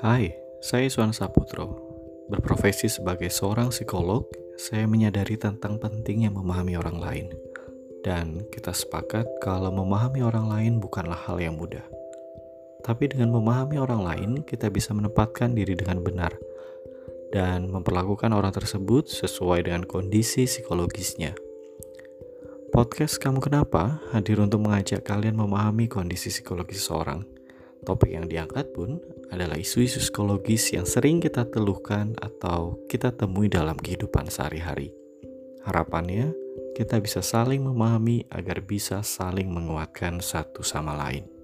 Hai, saya Iswan Saputro. Berprofesi sebagai seorang psikolog, saya menyadari tentang pentingnya memahami orang lain. Dan kita sepakat kalau memahami orang lain bukanlah hal yang mudah. Tapi dengan memahami orang lain, kita bisa menempatkan diri dengan benar dan memperlakukan orang tersebut sesuai dengan kondisi psikologisnya. Podcast Kamu Kenapa hadir untuk mengajak kalian memahami kondisi psikologis seseorang. Topik yang diangkat pun adalah isu-isu psikologis yang sering kita teluhkan atau kita temui dalam kehidupan sehari-hari. Harapannya, kita bisa saling memahami agar bisa saling menguatkan satu sama lain.